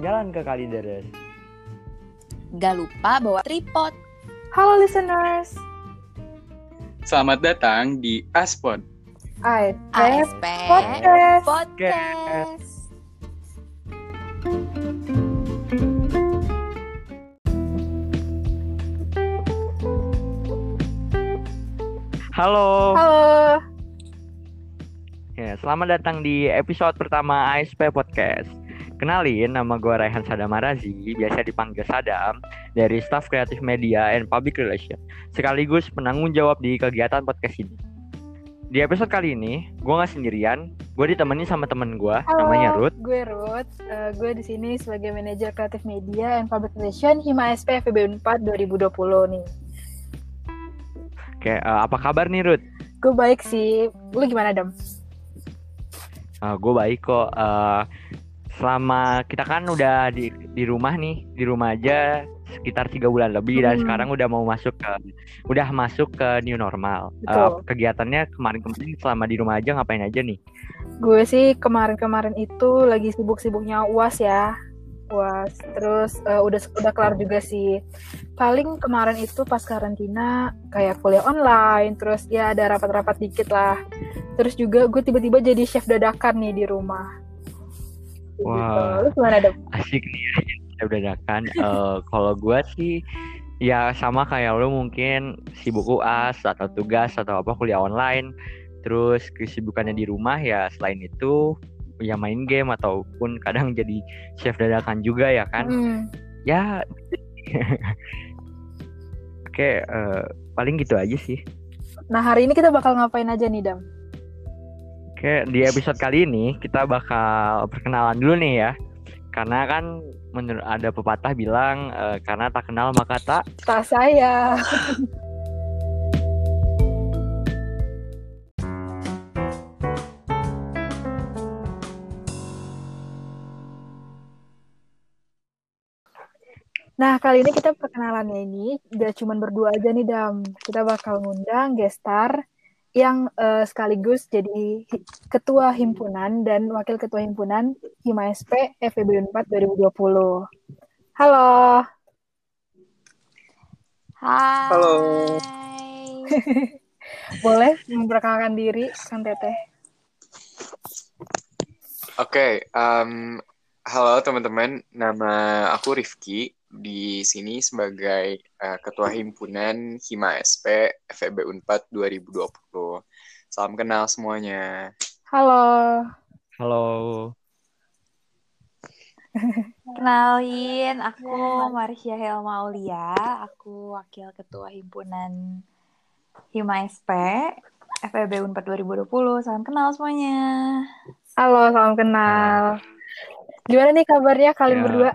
jalan ke Kalideres. Gak lupa bawa tripod. Halo listeners, Selamat datang di Aspod. ASP Podcast. Podcast. Halo. Halo. Ya, selamat datang di episode pertama ASP Podcast. Kenalin, nama gue Raihan Sadam Arazi, biasa dipanggil Sadam, dari Staff Creative Media and Public Relations, sekaligus penanggung jawab di kegiatan podcast ini. Di episode kali ini, gue nggak sendirian, gue ditemani sama temen gue, namanya Ruth. Gue Ruth. Gue di sini sebagai manajer kreatif media and public relations Hima SP FEB 4 2020 nih. Oke, apa kabar nih Ruth? Gue baik sih. Lu gimana, Dam? Gue baik kok. Selama kita kan udah di rumah nih, di rumah aja sekitar 3 bulan lebih dan sekarang udah masuk ke new normal. Kegiatannya kemarin-kemarin selama di rumah aja ngapain aja nih? Gue sih kemarin-kemarin itu lagi sibuk-sibuknya UAS ya. UAS. Terus udah kelar juga sih. Paling kemarin itu pas karantina kayak kuliah online, terus ya ada rapat-rapat dikit lah. Terus juga gue tiba-tiba jadi chef dadakan nih di rumah. Wah, Lu gimana, Dam? asik nih ya, chef dadakan. Kalau gue sih ya sama kayak lo, mungkin sibuk UAS atau tugas atau apa, kuliah online. Terus kesibukannya di rumah ya selain itu ya main game ataupun kadang jadi chef dadakan juga ya kan. Ya oke, paling gitu aja sih. Nah, hari ini kita bakal ngapain aja nih, Dam? Oke, di episode kali ini kita bakal perkenalan dulu nih ya. Karena kan menurut ada pepatah bilang karena tak kenal maka tak saya. Nah, kali ini kita perkenalannya ini udah cuman berdua aja nih, Dam. Kita bakal ngundang guest star yang sekaligus jadi ketua himpunan dan wakil ketua himpunan Hima SP FEB 4 2020. Halo. Hai. Halo. Boleh memperkenalkan diri, Kang Teteh? Oke, halo teman-teman. Nama aku Rifki. Di sini sebagai Ketua Himpunan Hima SP FEB 4 2020. Salam kenal semuanya. Halo. Halo. Kenalin, aku Marsha Helma Aulia. Aku wakil ketua himpunan Hima SP FEB 4 2020. Salam kenal semuanya. Halo, salam kenal. Gimana nih kabarnya kalian berdua?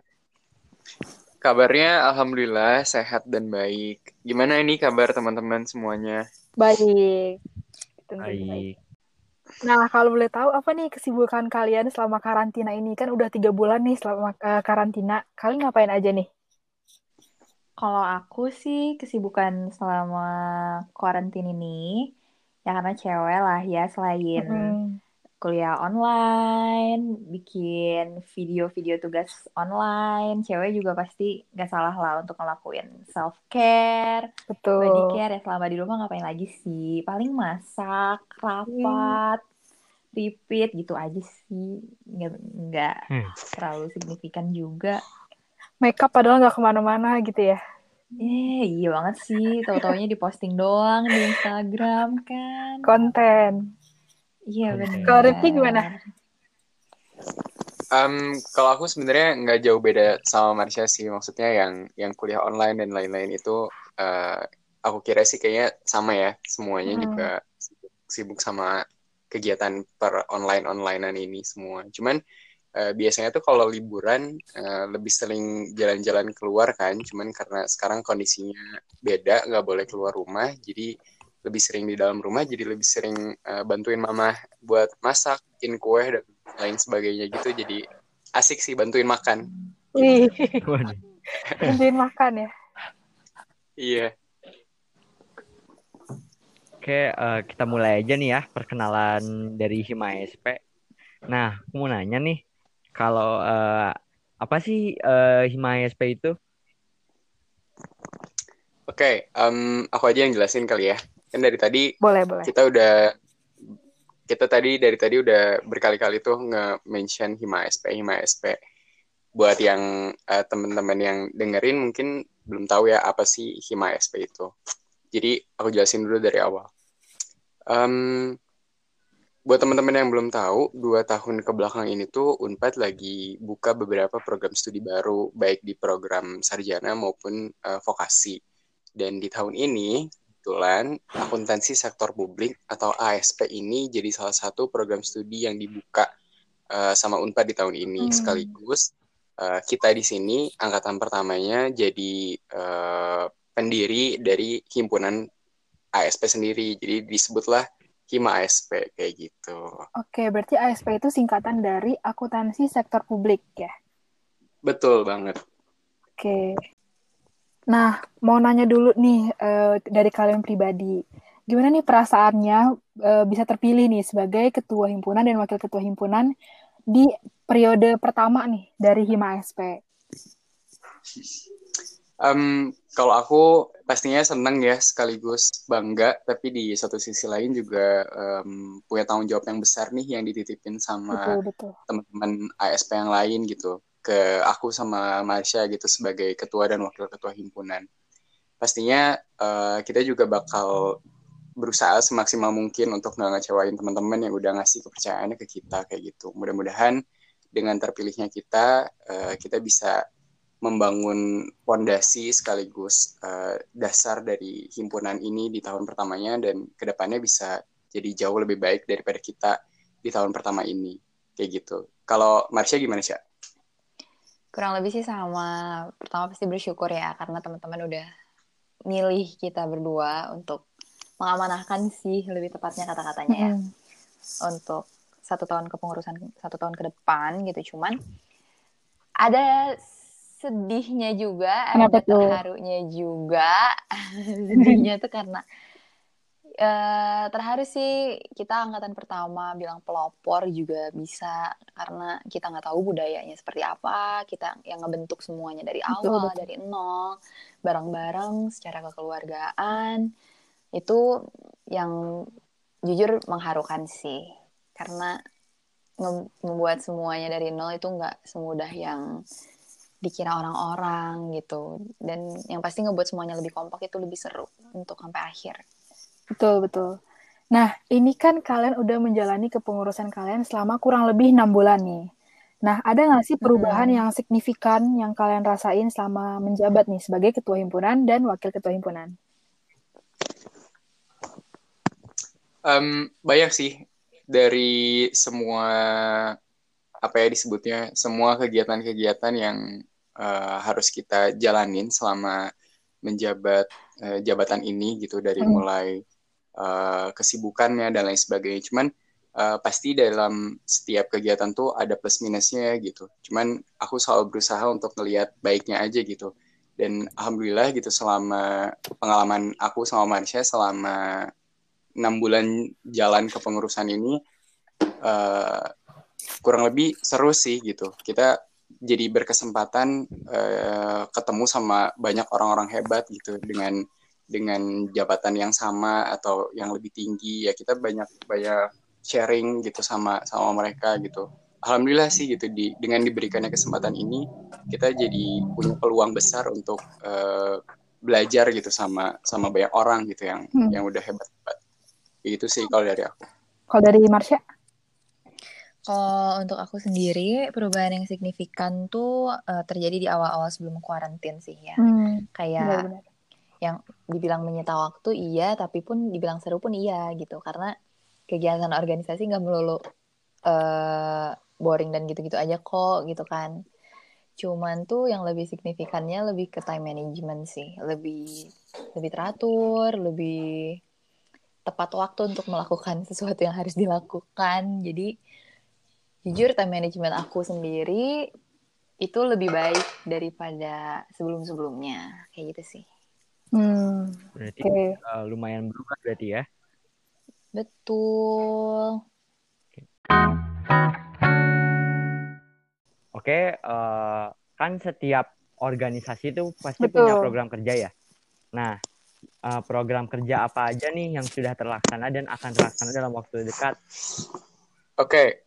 Kabarnya alhamdulillah sehat dan baik. Gimana ini kabar teman-teman semuanya? Baik. Baik. Nah, kalau boleh tahu apa nih kesibukan kalian selama karantina ini? Kan udah 3 bulan nih selama karantina. Kalian ngapain aja nih? Kalau aku sih kesibukan selama karantina ini, ya karena cewek lah ya, selain kuliah online, bikin video-video tugas online, cewek juga pasti gak salah lah untuk ngelakuin self-care, body care. Ya selama di rumah ngapain lagi sih? Paling masak, rapat, repeat gitu aja sih. Nggak terlalu signifikan juga. Makeup padahal nggak kemana-mana gitu ya? Iya banget sih. Tahu-taunya diposting doang di Instagram kan. Konten. Iya benar. Kalau Rifki gimana? Kalau aku sebenarnya nggak jauh beda sama Marsha sih. Maksudnya yang kuliah online dan lain-lain itu aku kira sih kayaknya sama ya. Semuanya juga sibuk sama kegiatan per online-onlinean ini semua. Cuman biasanya tuh kalau liburan lebih sering jalan-jalan keluar kan. Cuman karena sekarang kondisinya beda, nggak boleh keluar rumah. Jadi lebih sering di dalam rumah, jadi lebih sering bantuin mama buat masak, bikin kue, dan lain sebagainya gitu. Jadi asik sih bantuin makan. Wih, bantuin makan ya? Iya. Oke, kita mulai aja nih ya perkenalan dari Hima SP. Nah, aku mau nanya nih, kalau Apa sih Hima ISP itu? Oke, aku aja yang jelasin kali ya. Kan dari tadi Boleh, boleh. kita dari tadi udah berkali-kali tuh nge-mention Hima SP, Hima SP. Buat yang teman-teman yang dengerin mungkin belum tahu ya apa sih Hima SP itu. Jadi aku jelasin dulu dari awal. Buat teman-teman yang belum tahu, 2 tahun ke belakang ini tuh Unpad lagi buka beberapa program studi baru, baik di program sarjana maupun vokasi. Dan di tahun ini, kebetulan akuntansi sektor publik atau ASP ini jadi salah satu program studi yang dibuka sama Unpad di tahun ini. Sekaligus kita di sini, angkatan pertamanya, jadi pendiri dari himpunan ASP sendiri. Jadi disebutlah Hima ASP kayak gitu. Oke, berarti ASP itu singkatan dari akuntansi sektor publik ya? Betul banget. Oke. Nah, mau nanya dulu nih dari kalian pribadi. Gimana nih perasaannya bisa terpilih nih sebagai ketua himpunan dan wakil ketua himpunan di periode pertama nih dari Hima ASP? Kalau aku pastinya senang ya sekaligus bangga, tapi di satu sisi lain juga punya tanggung jawab yang besar nih yang dititipin sama Betul. teman-teman ASP yang lain gitu ke aku sama Marsha gitu sebagai ketua dan wakil ketua himpunan. Pastinya kita juga bakal berusaha semaksimal mungkin untuk nggak ngecewain teman-teman yang udah ngasih kepercayaannya ke kita kayak gitu. Mudah-mudahan dengan terpilihnya kita bisa membangun fondasi sekaligus dasar dari himpunan ini di tahun pertamanya dan kedepannya bisa jadi jauh lebih baik daripada kita di tahun pertama ini kayak gitu. Kalau Marsha gimana sih? Kurang lebih sih sama. Pertama pasti bersyukur ya karena teman-teman udah milih kita berdua untuk mengamanahkan sih lebih tepatnya kata-katanya ya untuk 1 tahun kepengurusan 1 tahun ke depan gitu. Cuman ada sedihnya juga, Kenapa ada tuh? terharunya juga. Sedihnya tuh karena terharu sih kita angkatan pertama bilang pelopor juga bisa karena kita nggak tahu budayanya seperti apa, kita yang ngebentuk semuanya dari awal, Betul. dari nol, bareng-bareng secara kekeluargaan. Itu yang jujur mengharukan sih karena membuat semuanya dari nol itu nggak semudah yang dikira orang-orang gitu, dan yang pasti ngebuat semuanya lebih kompak itu lebih seru untuk sampai akhir. Betul. Nah, ini kan kalian udah menjalani kepengurusan kalian selama kurang lebih 6 bulan nih. Nah, ada nggak sih perubahan yang signifikan yang kalian rasain selama menjabat nih sebagai ketua himpunan dan wakil ketua himpunan? Banyak sih dari semua apa ya disebutnya semua kegiatan-kegiatan yang harus kita jalanin selama menjabat jabatan ini gitu dari mulai kesibukannya dan lain sebagainya. Cuman pasti dalam setiap kegiatan tuh ada plus minusnya gitu. Cuman aku selalu berusaha untuk ngelihat baiknya aja gitu. Dan alhamdulillah gitu selama pengalaman aku sama Marsha selama 6 bulan jalan kepengurusan ini kurang lebih seru sih gitu. Kita jadi berkesempatan ketemu sama banyak orang-orang hebat gitu dengan jabatan yang sama atau yang lebih tinggi ya, kita banyak sharing gitu sama mereka gitu. Alhamdulillah sih gitu dengan diberikannya kesempatan ini kita jadi punya peluang besar untuk belajar gitu sama banyak orang gitu yang udah hebat. Itu sih kalau dari aku. Kalau dari Marsha? Kalau untuk aku sendiri, perubahan yang signifikan tuh terjadi di awal-awal sebelum kuarantin sih ya. Kayak Benar-benar. yang dibilang menyita waktu iya, tapi pun dibilang seru pun iya gitu. Karena kegiatan organisasi nggak melulu boring dan gitu-gitu aja kok gitu kan. Cuman tuh yang lebih signifikannya lebih ke time management sih. Lebih teratur, lebih tepat waktu untuk melakukan sesuatu yang harus dilakukan. Jadi jujur time management aku sendiri itu lebih baik daripada sebelum-sebelumnya. Kayak gitu sih. Berarti lumayan berubah berarti ya. Betul. Oke, kan setiap organisasi itu pasti punya Betul. program kerja ya. Nah, program kerja apa aja nih yang sudah terlaksana dan akan terlaksana dalam waktu dekat? Oke,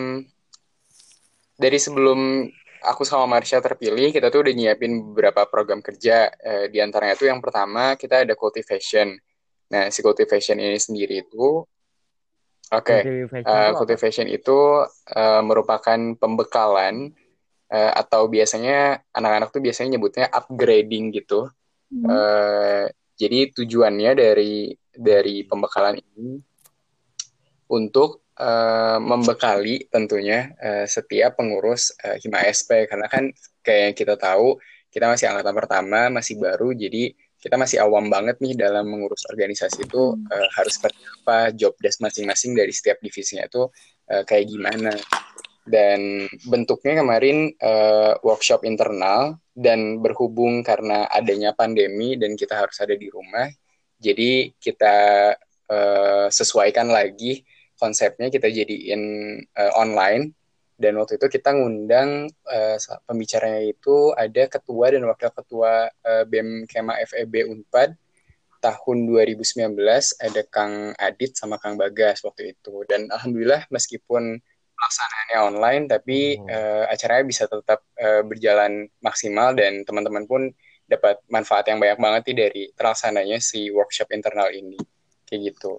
dari sebelum aku sama Marsha terpilih, kita tuh udah nyiapin beberapa program kerja. Di antaranya tuh yang pertama kita ada cultivation. Nah, si cultivation ini sendiri itu, Cultivation itu apa? cultivation itu merupakan pembekalan atau biasanya anak-anak tuh biasanya nyebutnya upgrading gitu. Eh, jadi tujuannya dari pembekalan ini untuk membekali tentunya setiap pengurus Hima SP karena kan kayak yang kita tahu kita masih angkatan pertama, masih baru, jadi kita masih awam banget nih dalam mengurus organisasi itu harus seperti apa, job desk masing-masing dari setiap divisinya itu kayak gimana. Dan bentuknya kemarin workshop internal dan berhubung karena adanya pandemi dan kita harus ada di rumah, jadi kita sesuaikan lagi konsepnya, kita jadiin online. Dan waktu itu kita ngundang pembicaranya itu ada ketua dan wakil ketua BEM Kema FEB Unpad tahun 2019, ada Kang Adit sama Kang Bagas waktu itu. Dan alhamdulillah meskipun pelaksanaannya online, tapi acaranya bisa tetap berjalan maksimal dan teman-teman pun dapat manfaat yang banyak banget nih dari terlaksananya si workshop internal ini. Kayak gitu.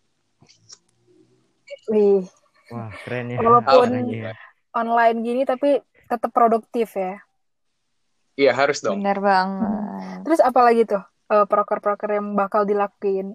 Wih, Wah, keren ya. walaupun acaranya ya. online gini tapi tetap produktif ya. Iya, harus dong. Benar banget. Terus apa lagi tuh proker-proker yang bakal dilakuin?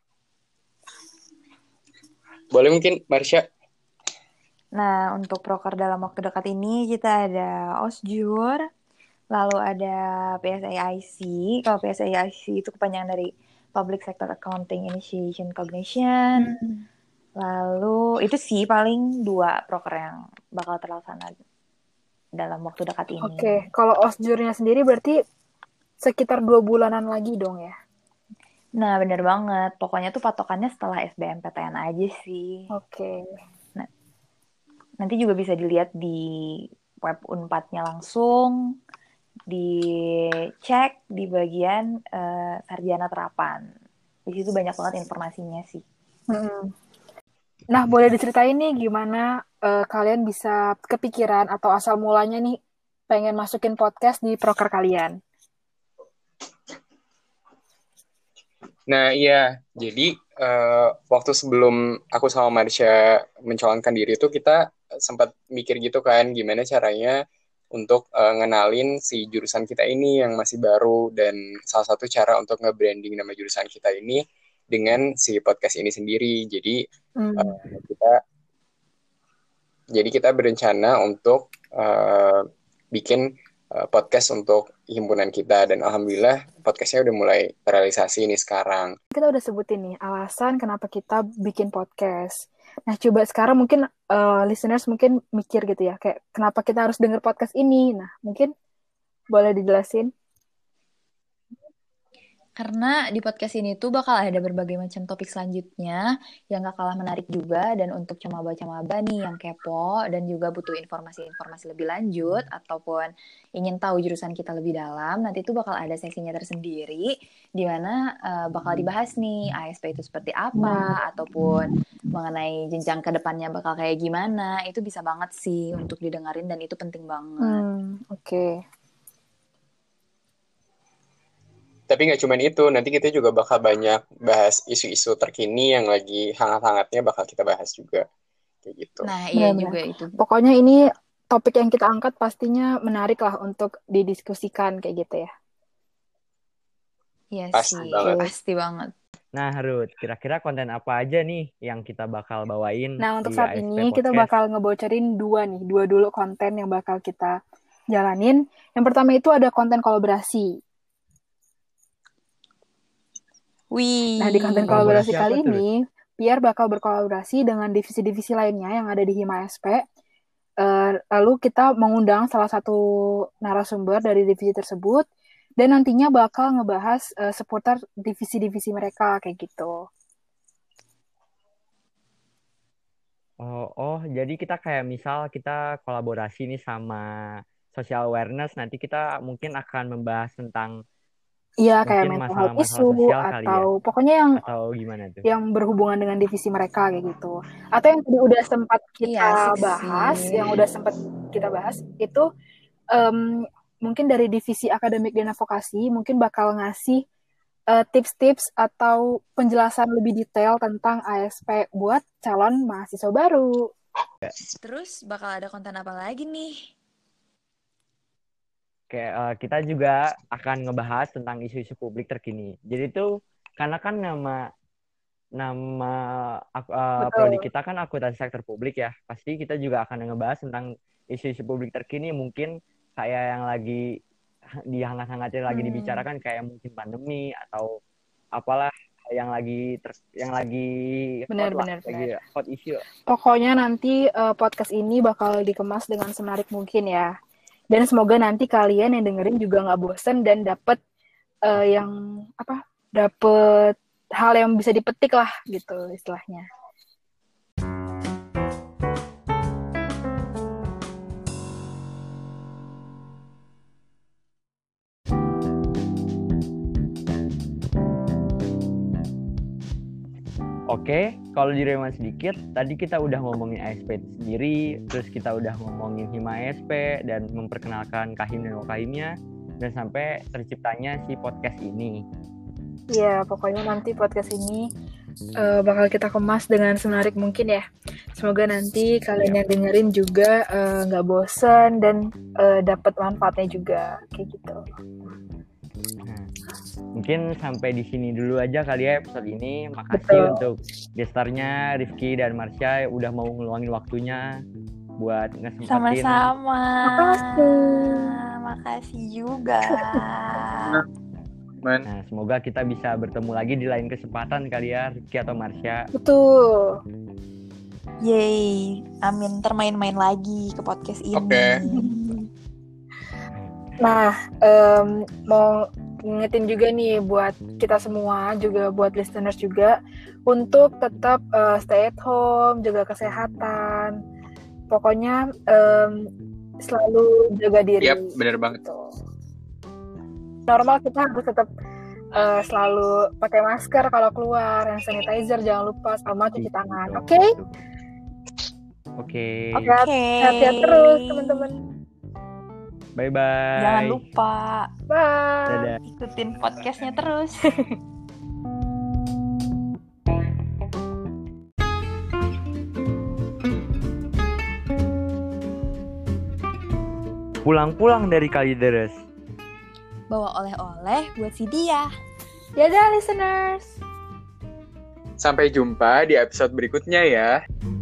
Boleh mungkin Marsha? Nah, untuk proker dalam waktu dekat ini kita ada OSJUR, lalu ada PSAIC. Kalau PSAIC itu kepanjangan dari Public Sector Accounting Initiation Cognition. Lalu itu sih paling 2 proker yang bakal terlaksana dalam waktu dekat ini. Oke, kalau OSJUR-nya sendiri berarti sekitar 2 bulanan lagi dong ya? Nah, bener banget. Pokoknya tuh patokannya setelah SBMPTN aja sih. Oke. Nah, nanti juga bisa dilihat di web Unpadnya langsung, dicek di bagian sarjana terapan. Di situ banyak banget informasinya sih. Nah, boleh diceritain nih gimana kalian bisa kepikiran atau asal mulanya nih pengen masukin podcast di proker kalian? Nah, iya. Jadi, waktu sebelum aku sama Marsha mencalonkan diri itu, kita sempat mikir gitu kan, gimana caranya untuk ngenalin si jurusan kita ini yang masih baru, dan salah satu cara untuk nge-branding nama jurusan kita ini dengan si podcast ini sendiri. Jadi, kita berencana untuk bikin podcast untuk himpunan kita, dan alhamdulillah podcastnya udah mulai terrealisasi nih sekarang. Kita udah sebutin nih alasan kenapa kita bikin podcast. Nah, coba sekarang mungkin listeners mungkin mikir gitu ya, kayak kenapa kita harus denger podcast ini. Nah, mungkin boleh dijelasin? Karena di podcast ini tuh bakal ada berbagai macam topik selanjutnya yang gak kalah menarik juga, dan untuk cemaba-cemaba nih yang kepo dan juga butuh informasi-informasi lebih lanjut ataupun ingin tahu jurusan kita lebih dalam, nanti tuh bakal ada sesinya tersendiri di mana bakal dibahas nih ASP itu seperti apa ataupun mengenai jenjang ke depannya bakal kayak gimana. Itu bisa banget sih untuk didengarin dan itu penting banget. Oke. Tapi nggak cuma itu, nanti kita juga bakal banyak bahas isu-isu terkini yang lagi hangat-hangatnya bakal kita bahas juga. Kayak gitu. Nah, iya juga itu. Pokoknya ini topik yang kita angkat pastinya menarik lah untuk didiskusikan kayak gitu ya. Iya Pasti sih, banget. pasti banget. Nah, Ruth, kira-kira konten apa aja nih yang kita bakal bawain? Nah, untuk di saat ASP ini Podcast? kita bakal ngebocorin 2 dulu konten yang bakal kita jalanin. Yang pertama itu ada konten kolaborasi. Wih. Nah, di konten kolaborasi kali ini, Pierre bakal berkolaborasi dengan divisi-divisi lainnya yang ada di Hima SP. Lalu kita mengundang salah satu narasumber dari divisi tersebut, dan nantinya bakal ngebahas seputar divisi-divisi mereka, kayak gitu. Jadi kita kayak misal kita kolaborasi nih sama social awareness, nanti kita mungkin akan membahas tentang Iya, kayak mungkin mental health masalah-masalah issue sosial kali ya, atau pokoknya yang atau gimana tuh? berhubungan dengan divisi mereka kayak gitu. Atau yang tadi udah sempat Iya, kita asik bahas, sih. yang udah sempat kita bahas itu mungkin dari divisi akademik dan advokasi mungkin bakal ngasih tips-tips atau penjelasan lebih detail tentang ASP buat calon mahasiswa baru. Terus bakal ada konten apa lagi nih? Kayak kita juga akan ngebahas tentang isu-isu publik terkini. Jadi itu karena kan nama prodi Betul. kita kan akuntansi sektor publik ya. Pasti kita juga akan ngebahas tentang isu-isu publik terkini, mungkin kayak yang lagi dihangat-hangatnya lagi dibicarakan kayak mungkin pandemi atau apalah yang lagi hot lah, lagi hot issue. Pokoknya nanti podcast ini bakal dikemas dengan semenarik mungkin ya. Dan semoga nanti kalian yang dengerin juga nggak bosen dan dapet dapet hal yang bisa dipetik lah gitu istilahnya. Oke, kalau direview sedikit, tadi kita udah ngomongin ASP itu sendiri, terus kita udah ngomongin Hima ASP dan memperkenalkan Kahim dan Wakahimnya, dan sampai terciptanya si podcast ini. Iya, pokoknya nanti podcast ini bakal kita kemas dengan semenarik mungkin ya. Semoga nanti kalian yang dengerin juga nggak bosen dan dapat manfaatnya juga, kayak gitu. Mungkin sampai di sini dulu aja kali ya episode ini. Makasih untuk gestarnya Rifki dan Marsha udah mau ngeluangin waktunya buat ngesempatin. Sama-sama. Makasih juga. Nah, semoga kita bisa bertemu lagi di lain kesempatan kali ya, Rifki atau Marsha. Betul. Yeay, amin termain-main lagi ke podcast ini. Oke. Nah, mau ingetin juga nih buat kita semua, juga buat listeners juga, untuk tetap stay at home, jaga kesehatan. Pokoknya selalu jaga diri. Yap, bener banget. Gitu. Normal kita harus tetap selalu pakai masker kalau keluar, hand sanitizer jangan lupa, sama cuci tangan. Oke? Oke. Hati-hati terus teman-teman. Bye-bye. Jangan lupa. Bye. Dadah. Ikutin podcastnya terus. Pulang-pulang dari Kalideres. Bawa oleh-oleh buat si dia. Dadah listeners. Sampai jumpa di episode berikutnya ya.